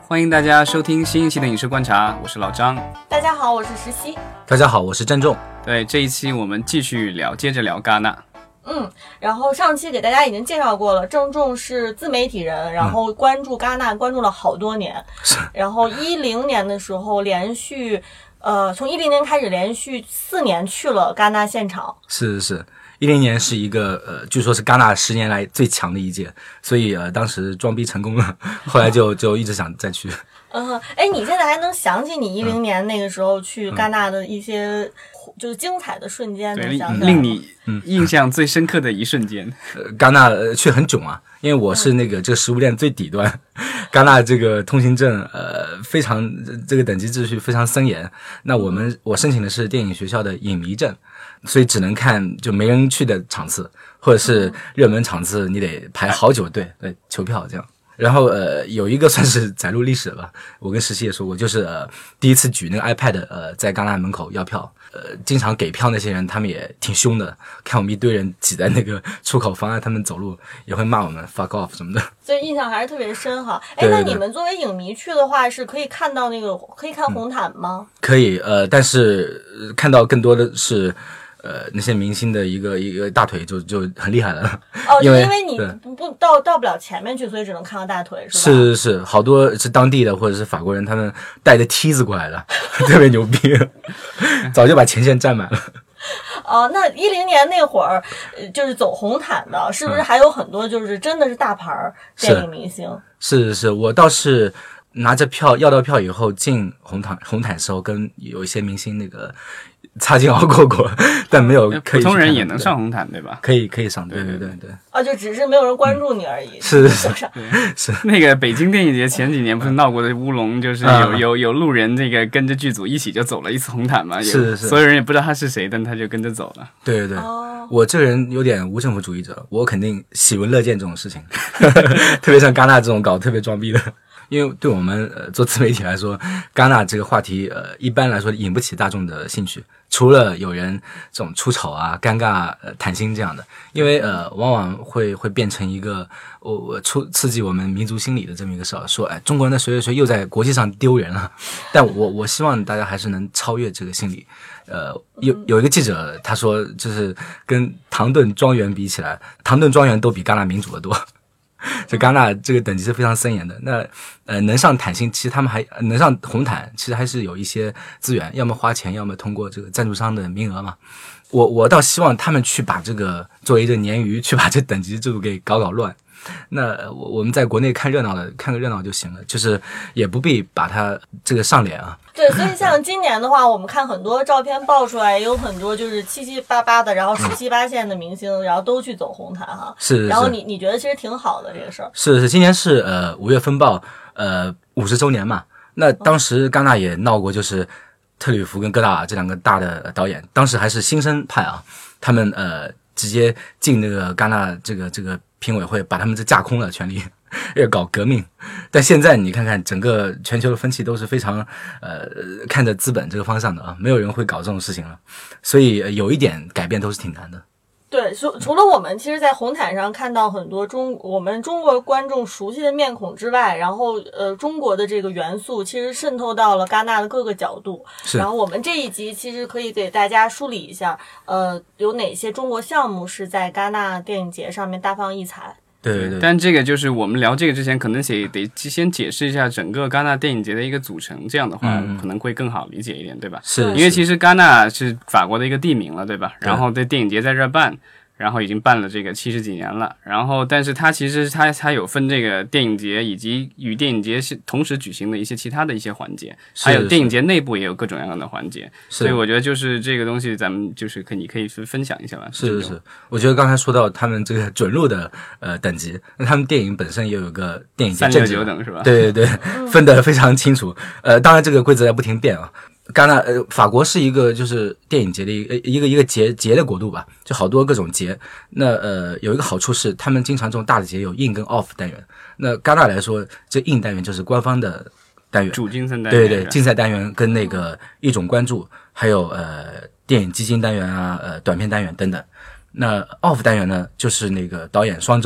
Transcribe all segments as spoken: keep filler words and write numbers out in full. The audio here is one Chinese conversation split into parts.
欢迎大家收听新一期的影视观察，我是老张。 大家好，我是石溪。 大家好，我是郑重。 对，这一期我们继续聊，接着聊戛纳。 嗯，然后上期给大家已经介绍过了，郑重是自媒体人，然后关注戛纳关注了好多年，嗯、然后一零年的时候连续，呃，从一零年开始连续四年去了戛纳现场。 是是是。一零年是一个呃，据说是戛纳十年来最强的一届，所以呃，当时装逼成功了，后来就就一直想再去。 嗯，哎，你现在还能想起你一零年那个时候去戛纳的一些、嗯、就是精彩的瞬间？ 对，令你印象最深刻的一瞬间。 呃，戛纳、呃、去很囧啊，因为我是那个这个食物链最底端，戛纳这个通行证呃非常这个等级秩序非常森严。那我们我申请的是电影学校的影迷证。所以只能看就没人去的场次，或者是热门场次，你得排好久队对求票这样。然后呃，有一个算是载入历史了吧。我跟石溪也说过，就是呃第一次举那个 iPad 呃在戛纳门口要票，呃经常给票那些人他们也挺凶的，看我们一堆人挤在那个出口妨碍他们走路，也会骂我们 fuck off 什么的。 所以印象还是特别深哈。哎，那你们作为影迷去的话，是可以看到那个可以看红毯吗？ 嗯、可以，呃，但是、呃、看到更多的是。呃，那些明星的一个一个大腿就就很厉害了。 哦， 因为因为你不不到到不了前面去，所以只能看到大腿，是吧？ 是是是，好多是当地的或者是法国人，他们带着梯子过来的，特别牛逼，早就把前线占满了。 哦，那一零年那会儿，就是走红毯的，是不是还有很多就是真的是大牌电影明星？ 是是是，我倒是拿着票要到票以后进红毯红毯时候，跟有一些明星那个。擦肩而过过，但没有可以。 普通人也能上红毯，对吧？ 可以，可以上，对对对对。 哦，就只是没有人关注你而已。 嗯、是是是是。那个北京电影节前几年不是闹过的乌龙，就是有、嗯、有有路人这个跟着剧组一起就走了一次红毯嘛？ 是是。 所有人也不知道他是谁，但他就跟着走了。 对对对。 哦、 我这个人有点无政府主义者，我肯定喜闻乐见这种事情，特别像戛纳这种搞特别装逼的。因为对我们呃做自媒体来说，戛纳这个话题呃一般来说引不起大众的兴趣，除了有人这种出丑啊、尴尬、呃谈心这样的，因为呃往往会会变成一个我我出刺激我们民族心理的这么一个事儿，说哎中国人的谁谁谁又在国际上丢人了，但我我希望大家还是能超越这个心理。呃，有有一个记者他说，就是跟唐顿庄园比起来，唐顿庄园都比戛纳民主的多。就戛纳这个等级是非常森严的，那呃能上毯星，其实他们还能上红毯，其实还是有一些资源，要么花钱，要么通过这个赞助商的名额嘛。我我倒希望他们去把这个作为一个鲶鱼，去把这等级制度给搞搞乱。那我我们在国内看热闹的，看个热闹就行了，就是也不必把它这个上脸啊。 对，所以像今年的话，我们看很多照片爆出来，也有很多就是七七八八的，然后十七八线的明星，嗯、然后都去走红毯哈。 是, 是。 然后你你觉得其实挺好的这个事儿。 是是，今年是呃五月风暴呃五十周年嘛，那当时戛纳也闹过，就是特吕弗跟戈达尔这两个大的导演，当时还是新生派啊，他们呃直接进那个戛纳这个这个。评委会把他们这架空了权力，要搞革命。但现在你看看整个全球的风气都是非常呃看着资本这个方向的啊，没有人会搞这种事情了，所以、呃、有一点改变都是挺难的。 对，除除了我们其实在红毯上看到很多中我们中国观众熟悉的面孔之外，然后呃中国的这个元素其实渗透到了戛纳的各个角度。然后我们这一集其实可以给大家梳理一下，呃有哪些中国项目是在戛纳电影节上面大放异彩。 对对对， 但这个就是我们聊这个之前，可能得得先解释一下整个戛纳电影节的一个组成，这样的话、嗯、可能会更好理解一点，对吧？ 是， 因为其实戛纳是法国的一个地名了，对吧？然后对电影节在这儿办。然后已经办了这个七十几年了，然后但是它其实它它有分这个电影节以及与电影节是同时举行的一些其他的一些环节，还有电影节内部也有各种各样的环节，所以我觉得就是这个东西咱们就是可你可以分享一下吧。 是是是，我觉得刚才说到他们这个准入的呃等级，那他们电影本身也有个电影节三六九等是吧？ 对对对，分得非常清楚。呃，当然这个规则在不停变啊。戛纳呃，法国是一个就是电影节的一个一个一个节节的国度吧，就好多各种节。那呃有一个好处是，他们经常这种大的节有 in 跟 off 单元。那戛纳来说，这 in 单元就是官方的单元， 主竞赛单元， 对对，竞赛单元跟那个一种关注，还有呃电影基金单元啊，呃短片单元等等。那 off 单元呢，就是那个导演双周。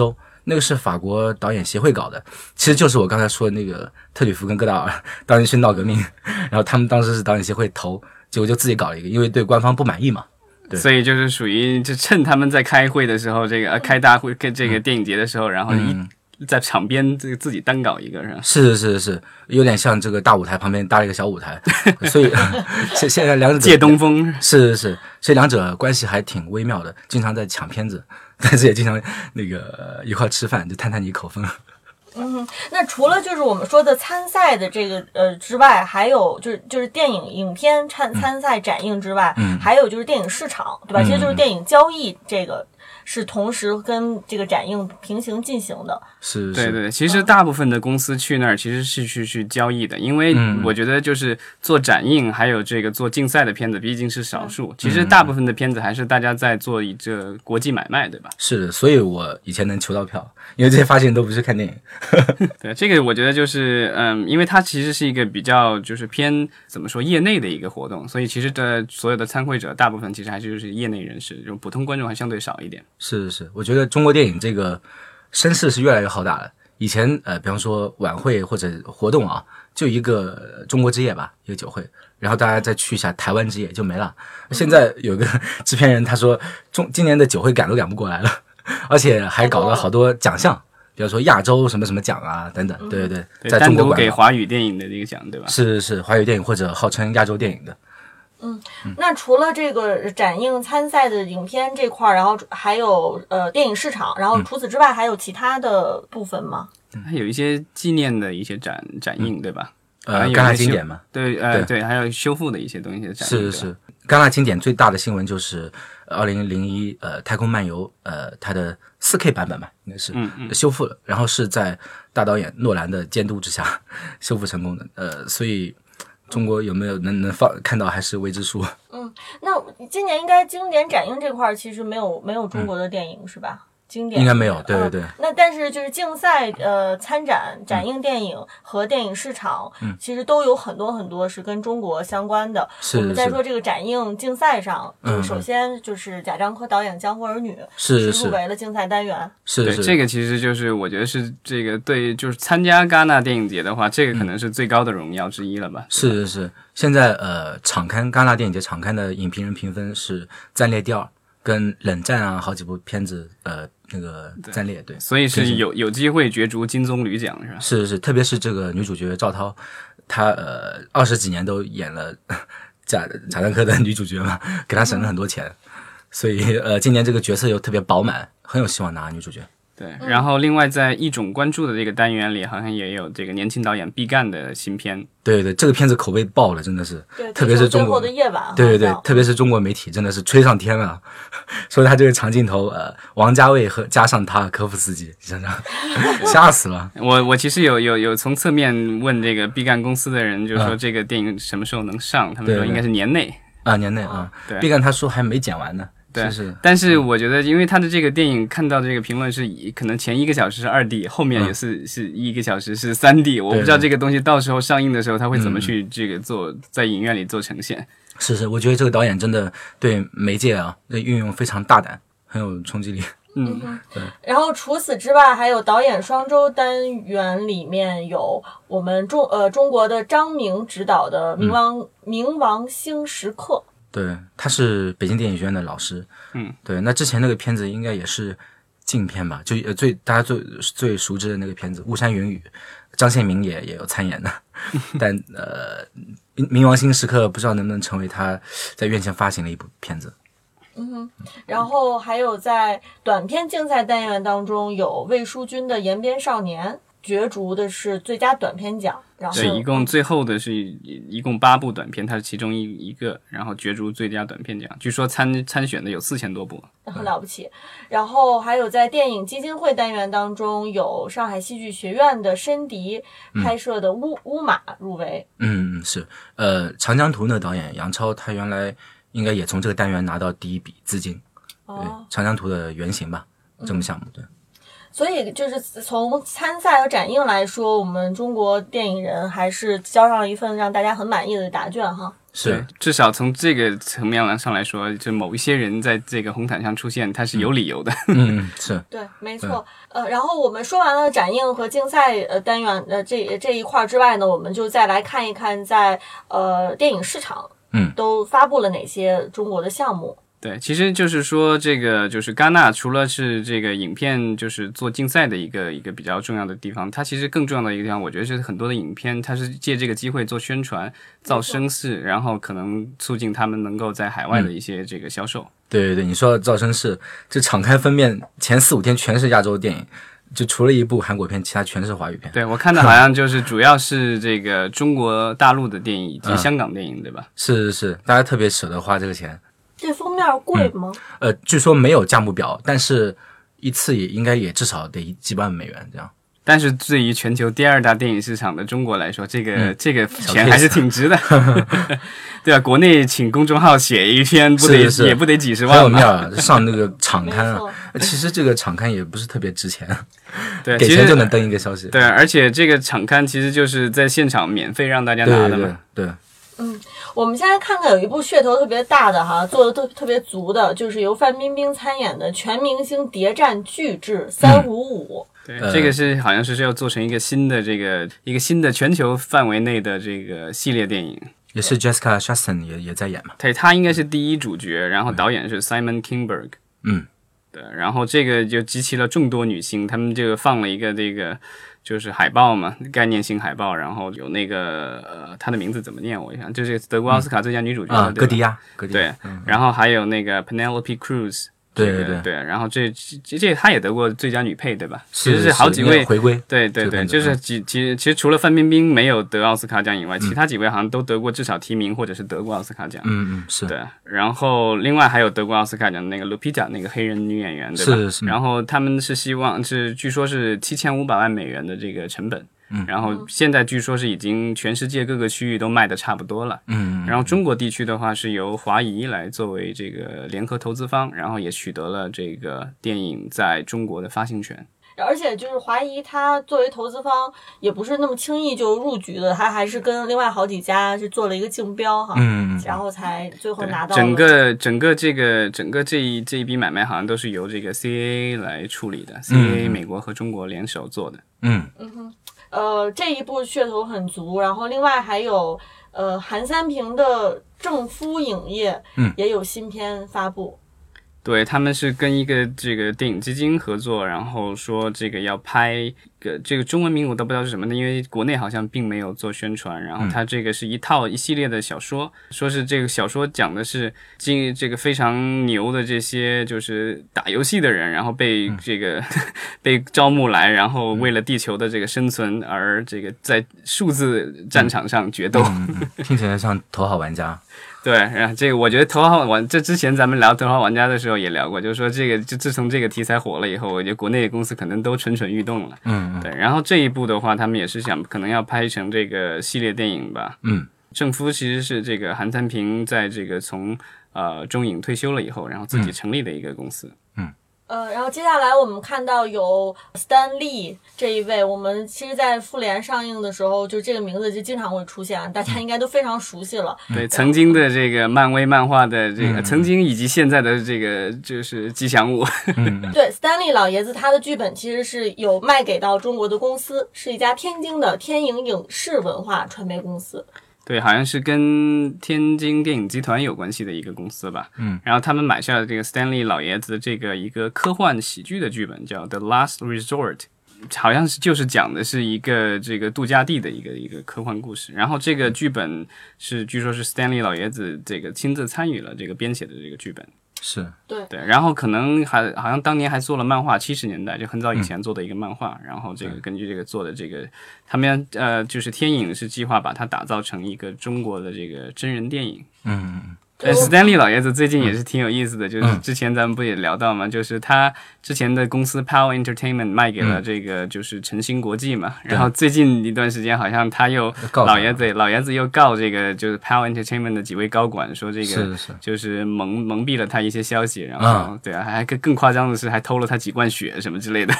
那个是法国导演协会搞的，其实就是我刚才说的那个特吕弗跟戈达尔当时去闹革命，然后他们当时是导演协会投，结果就自己搞了一个，因为对官方不满意嘛。对， 所以就是属于就趁他们在开会的时候，这个、呃、开大会跟这个电影节的时候，然后一、嗯、在场边这个自己单搞一个，是吧？ 是是是，有点像这个大舞台旁边搭了一个小舞台，所以现现在两者借东风， 是是是，所以两者关系还挺微妙的，经常在抢片子，但是也经常那个一块吃饭，就探探你口风。 嗯，那除了就是我们说的参赛的这个呃之外，还有就是就是电影影片参参赛展映之外， 嗯， 还有就是电影市场，对吧？ 嗯、 其实就是电影交易这个。是同时跟这个展映平行进行的， 是， 对对。其实大部分的公司去那儿其实是去去交易的，因为我觉得就是做展映还有这个做竞赛的片子毕竟是少数，嗯、其实大部分的片子还是大家在做一这国际买卖，对吧？ 是的，所以我以前能求到票，因为这些发行都不是看电影。 对，这个我觉得就是嗯，因为它其实是一个比较就是偏怎么说业内的一个活动，所以其实的所有的参会者大部分其实还是就是业内人士，这种普通观众还相对少一点。 是是，我觉得中国电影这个声势是越来越浩大了。以前呃，比方说晚会或者活动啊，就一个中国之夜吧，一个酒会，然后大家再去一下台湾之夜就没了。现在有个制片人他说，中今年的酒会赶都赶不过来了，而且还搞了好多奖项，比方说亚洲什么什么奖啊等等。对对对， 在中国单独给华语电影的这个奖，对吧？ 是是是，华语电影或者号称亚洲电影的。 嗯，那除了这个展映参赛的影片这块，然后还有呃电影市场，然后除此之外还有其他的部分吗？ 还有一些纪念的一些展展映，对吧？ 呃，戛纳经典嘛， 对，呃，对，对，还有修复的一些东西的展映。 是是，戛纳经典最大的新闻就是二零零一呃太空漫游呃它的 四 K 版本吧，应该是嗯嗯修复了，然后是在大导演诺兰的监督之下修复成功的。呃，所以。中国有没有能能放看到还是未知数。 嗯，那今年应该经典展映这块其实没有没有中国的电影、嗯、是吧？经典应该没有，对对对、嗯。 那但是就是竞赛、呃参展、展映电影和电影市场， 嗯， 其实都有很多很多是跟中国相关的。 是我们在说这个展映竞赛上， 嗯， 就首先就是贾樟柯导演《江湖儿女》 是是入围了竞赛单元。 是是， 这个其实就是我觉得是这个对，就是参加戛纳电影节的话，这个可能是最高的荣耀之一了吧？ 嗯、是是是，现在呃，场刊戛纳电影节场刊的影评人评分是暂列第二。跟冷战啊，好几部片子，呃，那个暂列，对， 所以是有有机会角逐金棕榈奖，是吧？ 是是是，特别是这个女主角赵涛，她呃二十几年都演了贾贾樟柯的女主角嘛，给她省了很多钱，所以呃，今年这个角色又特别饱满，很有希望拿女主角。 对，然后另外在一种关注的这个单元里，好像也有这个年轻导演毕赣的新片。 对对，这个片子口碑爆了，真的是， 对， 特别是中国的夜晚， 对对对，特别是中国媒体真的是吹上天了，说他这个长镜头，呃，王家卫和加上塔尔科夫斯基，你想想，吓死了。 我我其实有有有从侧面问这个毕赣公司的人，就说这个电影什么时候能上，嗯、他们说应该是年内啊，年内啊。 对， 毕赣他说还没剪完呢。 对， 是但是我觉得，因为他的这个电影看到这个评论是以可能前一个小时是二 D， 后面也是、嗯、是一个小时是三 D， 我不知道这个东西到时候上映的时候他会怎么去这个做、嗯、在影院里做呈现。 是是，我觉得这个导演真的对媒介啊的运用非常大胆，很有冲击力。 嗯，对。然后除此之外，还有导演双周单元里面有我们中呃中国的张明执导的冥王、嗯、冥王星时刻。 对，他是北京电影学院的老师。 嗯， 对，那之前那个片子应该也是禁片吧？就呃最大家最最熟知的那个片子《巫山云雨》，张献民也也有参演的。但呃，冥王星时刻不知道能不能成为他在院线发行的一部片子。 嗯哼，然后还有在短片竞赛单元当中有魏书君的《延边少年》。角逐的是最佳短片奖，然后对，一共最后的是一共八部短片，它是其中一一个，然后角逐最佳短片奖。据说参参选的有四千多部， 很了不起。然后还有在电影基金会单元当中，有上海戏剧学院的申迪拍摄的乌《乌马》入围。 嗯嗯，是。呃，长江图那导演杨超，他原来应该也从这个单元拿到第一笔资金。 哦， 对，长江图的原型吧，这么项目对。 所以就是从参赛和展映来说，我们中国电影人还是交上了一份让大家很满意的答卷哈。 是，至少从这个层面上来说，就某一些人在这个红毯上出现，他是有理由的。 嗯，是对，没错。呃，然后我们说完了展映和竞赛呃单元呃这这一块之外呢，我们就再来看一看在呃电影市场嗯都发布了哪些中国的项目。 对，其实就是说，这个就是戛纳除了是这个影片就是做竞赛的一个一个比较重要的地方，它其实更重要的一个地方，我觉得是很多的影片，它是借这个机会做宣传、造声势，然后可能促进他们能够在海外的一些这个销售。嗯、 对对对，你说的造声势，这敞开分面前四五天全是亚洲电影。就除了一部韩国片，其他全是华语片。 对，我看的好像就是主要是这个中国大陆的电影以及香港电影，嗯、对吧？ 是是是，大家特别舍得花这个钱。 这封面贵吗？ 嗯、呃，据说没有价目表，但是一次也应该也至少得几万美元这样。 但是对于全球第二大电影市场的中国来说，这个、嗯、这个钱还是挺值的，对吧？国内请公众号写一篇不得是是也不得几十万很有面啊，上那个场刊啊。其实这个场刊也不是特别值钱， 对， 给钱就能登一个消息。 对，而且这个场刊其实就是在现场免费让大家拿的嘛。 对对对。 嗯，我们现在看看有一部噱头特别大的哈，做的特特别足的，就是由范冰冰参演的全明星谍战巨制三五五。 对，这个是好像是要做成一个新的这个一个新的全球范围内的这个系列电影， 也是 Jessica Chastain 也也在演嘛。 对，他应该是第一主角，然后导演是 Simon Kinberg。 嗯， 对，然后这个就集齐了众多女星，他们这个放了一个这个就是海报嘛，概念性海报，然后有那个呃，她的名字怎么念？我一想，就是德国奥斯卡最佳女主角、 嗯、啊，戈迪亚，戈迪亚。 对、嗯，然后还有那个 Penelope Cruz。 对对对对，然后这这这他也得过最佳女配，对吧？ 是其实是好几位回归。 对对对，就是几其实其实除了范冰冰没有得奥斯卡奖以外，嗯、其他几位好像都得过至少提名或者是得过奥斯卡奖。 嗯嗯，是。 对，然后另外还有得过奥斯卡奖的那个 Lupita 那个黑人女演员，对吧？ 是是。 然后他们是希望是据说是七千五百万美元的这个成本。 嗯， 然后现在据说是已经全世界各个区域都卖的差不多了。 嗯， 然后中国地区的话是由华谊来作为这个联合投资方，然后也取得了这个电影在中国的发行权。 而且就是华谊它作为投资方也不是那么轻易就入局的，它还是跟另外好几家是做了一个竞标哈， 嗯， 然后才最后拿到整个整个这个整个这一这一笔买卖好像都是由这个 C A A 来处理的、嗯、C A A 美国和中国联手做的。 嗯嗯哼。呃，这一部噱头很足，然后另外还有呃韩三平的正夫影业， 嗯， 也有新片发布。 对，他们是跟一个这个电影基金合作，然后说这个要拍个这个中文名我都不知道是什么的，因为国内好像并没有做宣传。然后它这个是一套一系列的小说，说是这个小说讲的是经这个非常牛的这些就是打游戏的人，然后被这个、嗯、被招募来，然后为了地球的这个生存而这个在数字战场上决斗。 嗯嗯、听起来像头号玩家。 对，然后这个我觉得头号玩，这之前咱们聊头号玩家的时候也聊过，就是说这个就自从这个题材火了以后，我觉得国内的公司可能都蠢蠢欲动了。 嗯， 对。然后这一部的话，他们也是想可能要拍成这个系列电影吧。 嗯， 正夫其实是这个韩三平在这个从呃中影退休了以后，然后自己成立的一个公司。 嗯。 嗯呃，然后接下来我们看到有 Stan Lee 这一位，我们其实在复联上映的时候，就这个名字就经常会出现，大家应该都非常熟悉了。 对，曾经的这个漫威漫画的这个、嗯、曾经以及现在的这个就是吉祥物。 嗯、 对 Stan Lee 老爷子他的剧本其实是有卖给到中国的公司，是一家天津的天影影视文化传媒公司。 对，好像是跟天津电影集团有关系的一个公司吧。 嗯， 然后他们买下了这个 Stanley 老爷子这个一个科幻喜剧的剧本，叫 The Last Resort， 好像是就是讲的是一个这个度假地的一个一个科幻故事。然后这个剧本是据说是 Stanley 老爷子这个亲自参与了这个编写的这个剧本。 是对对，然后可能还好像当年还做了漫画，七十年代就很早以前做的一个漫画，嗯、然后这个根据这个做的这个，他们呃就是天影是计划把它打造成一个中国的这个真人电影。 嗯， 呃，史丹利老爷子最近也是挺有意思的，嗯、就是之前咱们不也聊到嘛，就是他之前的公司 Power Entertainment 卖给了这个就是晨星国际嘛，嗯、然后最近一段时间好像他又老爷子老爷子又告这个就是 Power Entertainment 的几位高管说这个就是蒙蒙蔽了他一些消息，然后、嗯、对啊，还更夸张的是还偷了他几罐血什么之类的。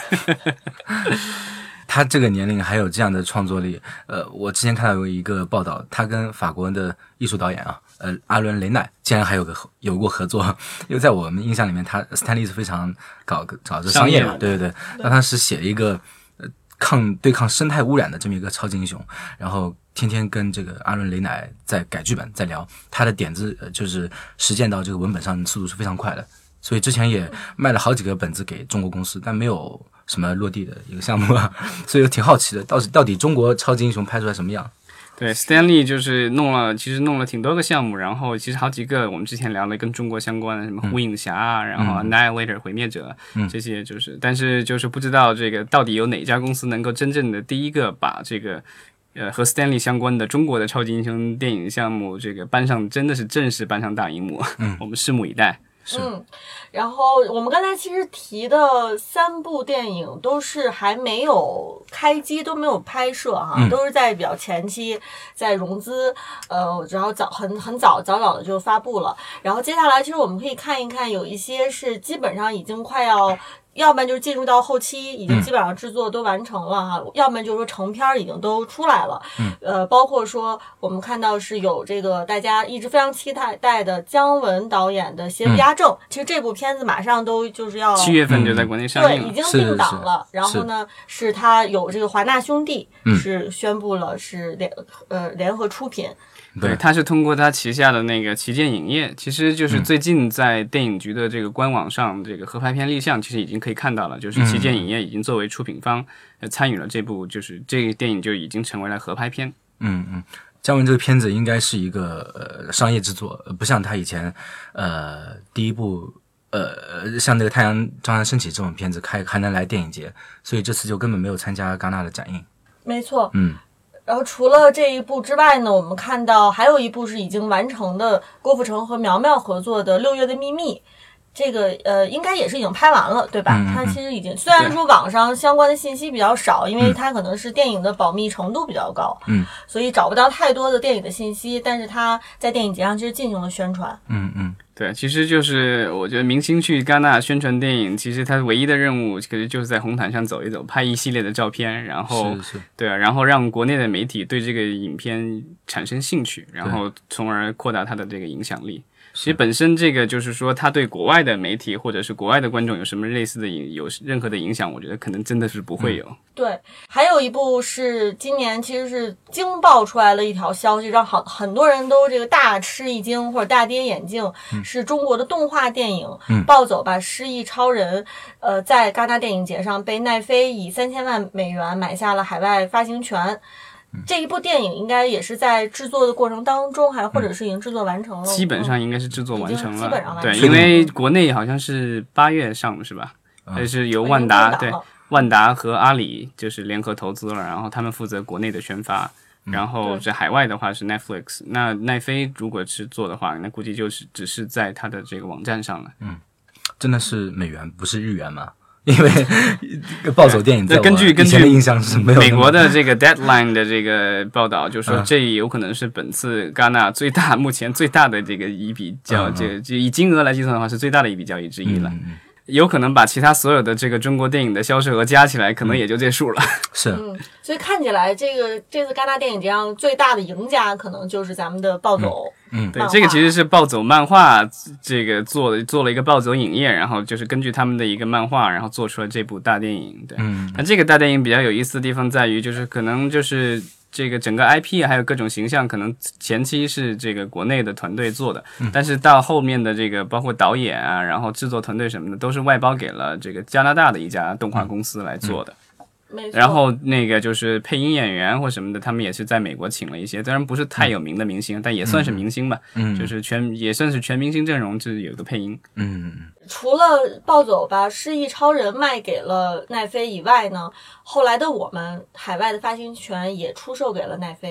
他这个年龄还有这样的创作力，呃，我之前看到有一个报道，他跟法国的艺术导演啊，呃，阿伦雷奈竟然还有个有过合作，因为在我们印象里面，他斯坦利是非常搞搞这商业嘛，对对对，那他是写一个呃抗对抗生态污染的这么一个超级英雄，然后天天跟这个阿伦雷奈在改剧本，在聊他的点子，呃，就是实践到这个文本上速度是非常快的，所以之前也卖了好几个本子给中国公司，但没有什么落地的一个项目啊，所以挺好奇的，到底到底中国超级英雄拍出来什么样？ 对 ，Stanley 就是弄了，其实弄了挺多个项目，然后其实好几个我们之前聊了跟中国相关的，什么呼应侠啊，嗯、然后 Annihilator 毁灭者、嗯、这些，就是但是就是不知道这个到底有哪家公司能够真正的第一个把这个呃和 Stanley 相关的中国的超级英雄电影项目这个搬上，真的是正式搬上大荧幕，嗯、我们拭目以待。 嗯，然后我们刚才其实提的三部电影都是还没有开机，都没有拍摄哈，嗯、都是在比较前期，在融资，呃，然后早很很早早早的就发布了。然后接下来其实我们可以看一看，有一些是基本上已经快要。要不然就是进入到后期，已经基本上制作都完成了哈；嗯、要不然就是说成片已经都出来了。嗯，呃，包括说我们看到是有这个大家一直非常期待的姜文导演的《邪不压正》，嗯、其实这部片子马上都就是要七月份就在国内上映了，对，已经定档了。然后呢，是他有这个华纳兄弟、嗯、是宣布了是联呃联合出品。 对，他是通过他旗下的那个旗舰影业，其实就是最近在电影局的这个官网上，这个合拍片立项，其实已经可以看到了，就是旗舰影业已经作为出品方、呃、参与了这部，就是这个电影就已经成为了合拍片。 嗯嗯，姜文这个片子应该是一个呃商业制作，不像他以前呃第一部呃像那个《太阳照常升起》这种片子开还能来电影节，所以这次就根本没有参加戛纳的展映。 没错， 嗯。 然后除了这一部之外呢，我们看到还有一部是已经完成的郭富城和苗苗合作的《六月的秘密》，这个呃应该也是已经拍完了，对吧？嗯嗯、它其实已经，虽然说网上相关的信息比较少，因为它可能是电影的保密程度比较高，嗯，所以找不到太多的电影的信息，但是它在电影节上其实进行了宣传。 嗯嗯。 对，其实就是我觉得明星去戛纳宣传电影，其实他唯一的任务可能就是在红毯上走一走，拍一系列的照片，然后是是对啊，然后让国内的媒体对这个影片产生兴趣，然后从而扩大它的这个影响力。其实本身这个就是说，他对国外的媒体或者是国外的观众有什么类似的影有任何的影响，我觉得可能真的是不会有。 嗯、对，还有一部是今年其实是惊爆出来了一条消息，让好很多人都这个大吃一惊或者大跌眼镜，嗯、是中国的动画电影《嗯、暴走吧失忆超人》，呃，在戛纳电影节上被奈飞以三千万美元买下了海外发行权。这一部电影应该也是在制作的过程当中，还或者是已经制作完成了。 基本上应该是制作完成了， 基本上完成了。对，因为国内好像是八月上是吧？还、嗯、是由万达对万达和阿里就是联合投资了，然后他们负责国内的宣发，嗯、然后在海外的话是 Netflix。那奈飞如果是做的话，那估计就是只是在它的这个网站上了。 嗯，真的是美元不是日元吗？因为暴走电影在我以前的印象是没有。 美国的这个 Deadline 的这个报道就说，这有可能是本次戛纳最大、目前最大的这个一笔交，这个就以金额来计算的话，是最大的一笔交易之一了。嗯，有可能把其他所有的这个中国电影的销售额加起来，可能也就这数了。 是， 嗯，所以看起来这个这次戛纳电影节上最大的赢家，可能就是咱们的暴走。 嗯嗯， 对，这个其实是暴走漫画这个做的做了一个暴走影业，然后就是根据他们的一个漫画，然后做出了这部大电影。对，嗯，那这个大电影比较有意思的地方在于，就是可能就是这个整个 I P 还有各种形象，可能前期是这个国内的团队做的，嗯、但是到后面的这个包括导演啊，然后制作团队什么的，都是外包给了这个加拿大的一家动画公司来做的。嗯嗯然后那个就是配音演员或什么的，他们也是在美国请了一些，当然不是太有名的明星，嗯、但也算是明星吧。嗯，就是全也算是全明星阵容，就是有个配音。 嗯， 除了暴走吧失忆超人卖给了奈飞以外呢，后来的我们海外的发行权也出售给了奈飞。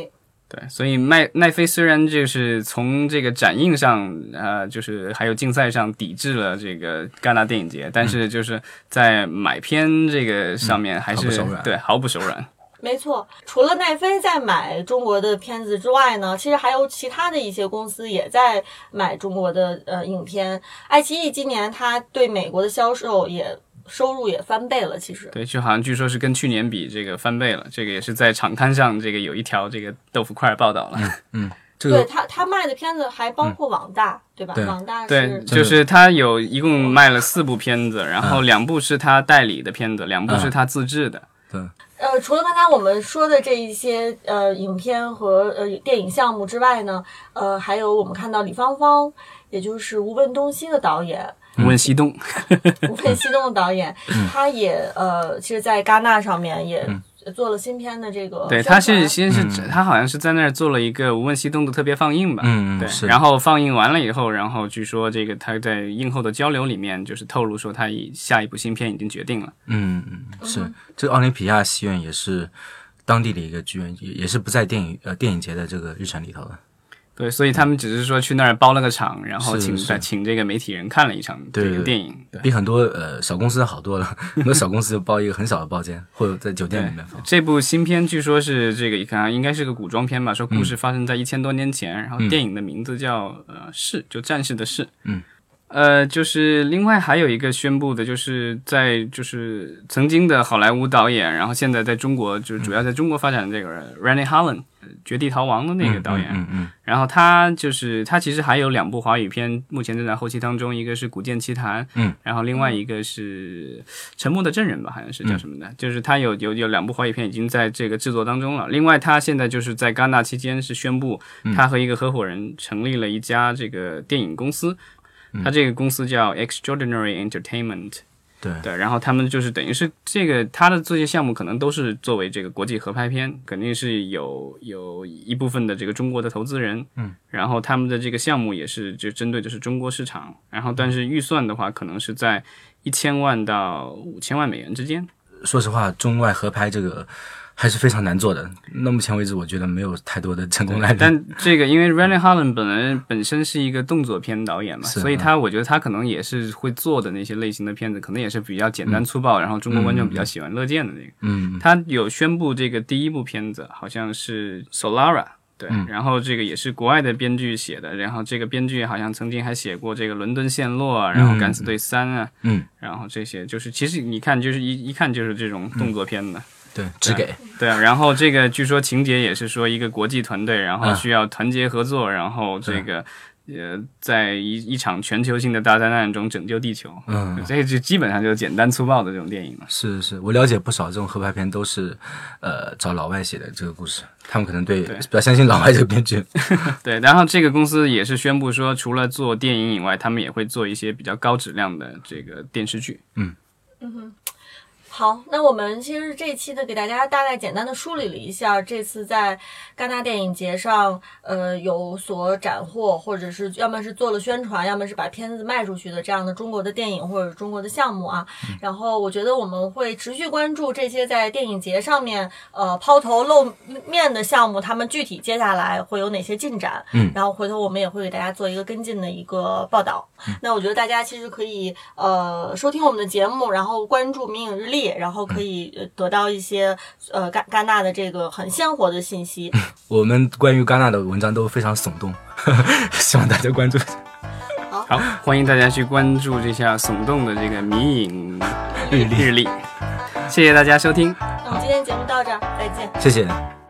对，所以奈奈飞虽然就是从这个展映上，呃，就是还有竞赛上抵制了这个戛纳电影节，但是就是在买片这个上面还是、 嗯、 对毫不手软。 没错，除了奈飞在买中国的片子之外呢，其实还有其他的一些公司也在买中国的呃影片。爱奇艺今年它对美国的销售也收入也翻倍了，其实对，就好像据说是跟去年比这个翻倍了，这个也是在场刊上这个有一条这个豆腐块报道了。 嗯，嗯这个、 对他他卖的片子还包括网大，嗯、对吧？ 对网大是对，就是他有一共卖了四部片子，然后两部是他代理的片子，两部是他自制的。 对。 呃，除了刚才我们说的这一些呃影片和呃电影项目之外呢，呃，还有我们看到李芳芳，也就是无问东西的导演， 无问西东， 无问西东的导演， 嗯、 他也呃，其实，在戛纳上面也。嗯做了新片的这个， 对，他是先是、嗯、他好像是在那儿做了一个无问西东的特别放映吧， 嗯， 对， 是。 然后放映完了以后，然后据说这个他在映后的交流里面就是透露说他以下一部新片已经决定了， 嗯嗯，是。这个奥林匹亚戏院也是当地的一个剧院，也也是不在电影呃电影节的这个日程里头的。 对，所以他们只是说去那儿包了个场，然后请请这个媒体人看了一场这个电影， 对对对，比很多呃小公司好多了。很多小公司就包一个很小的包间，或者在酒店里面放。 这部新片据说是这个，你看应该是个古装片吧？说故事发生在一千多年前，嗯、然后电影的名字叫呃士，就战士的士。 嗯。 呃，就是另外还有一个宣布的，就是在就是曾经的好莱坞导演，然后现在在中国就是主要在中国发展的这个 Rennie Harlin， 绝地逃亡的那个导演， 嗯嗯嗯， 然后他就是他其实还有两部华语片，目前正在后期当中，一个是《古剑奇谭》， 嗯， 然后另外一个是《沉默的证人》吧，好像是叫什么的，嗯、就是他有有有两部华语片已经在这个制作当中了。另外，他现在就是在戛纳期间是宣布，他和一个合伙人成立了一家这个电影公司。他这个公司叫 Extraordinary Entertainment， 对对，然后他们就是等于是这个他的这些项目可能都是作为这个国际合拍片，肯定是有有一部分的这个中国的投资人， 嗯， 然后他们的这个项目也是就针对的是中国市场，然后但是预算的话可能是在一千万到五千万美元之间。 说实话，中外合拍这个还是非常难做的。那目前为止，我觉得没有太多的成功案例。 但这个因为 Rennie Harlin 本人本身是一个动作片导演嘛，所以他我觉得他可能也是会做的那些类型的片子，可能也是比较简单粗暴，嗯、然后中国观众比较喜欢乐见的那个。 嗯， 他有宣布这个第一部片子好像是 Solara。对， 嗯、 然后这个也是国外的编剧写的，然后这个编剧好像曾经还写过这个《伦敦陷落》啊，然后《敢死队三》啊， 嗯， 然后这些就是其实你看就是一一看就是这种动作片的。嗯对，只给对啊，然后这个据说情节也是说一个国际团队，然后需要团结合作，嗯、然后这个呃，在一一场全球性的大灾难中拯救地球， 嗯， 这就基本上就是简单粗暴的这种电影了。 是是，我了解不少这种合拍片都是呃找老外写的这个故事，他们可能对比较相信老外这个编剧。 对，然后这个公司也是宣布说，除了做电影以外，他们也会做一些比较高质量的这个电视剧。 嗯嗯哼。好，那我们其实这一期呢，给大家大概简单的梳理了一下这次在戛纳电影节上，呃，有所斩获，或者是要么是做了宣传，要么是把片子卖出去的这样的中国的电影或者中国的项目啊。嗯、然后我觉得我们会持续关注这些在电影节上面呃抛头露面的项目，他们具体接下来会有哪些进展。 嗯， 然后回头我们也会给大家做一个跟进的一个报道。嗯、那我觉得大家其实可以呃收听我们的节目，然后关注明影日历。然后可以得到一些呃戛戛纳的这个很鲜活的信息。 我们关于戛纳的文章都非常耸动，呵呵希望大家关注。 好， 好，欢迎大家去关注这下耸动的这个迷影日历日历。谢谢大家收听。 那我们今天节目到这儿，再见。 谢谢。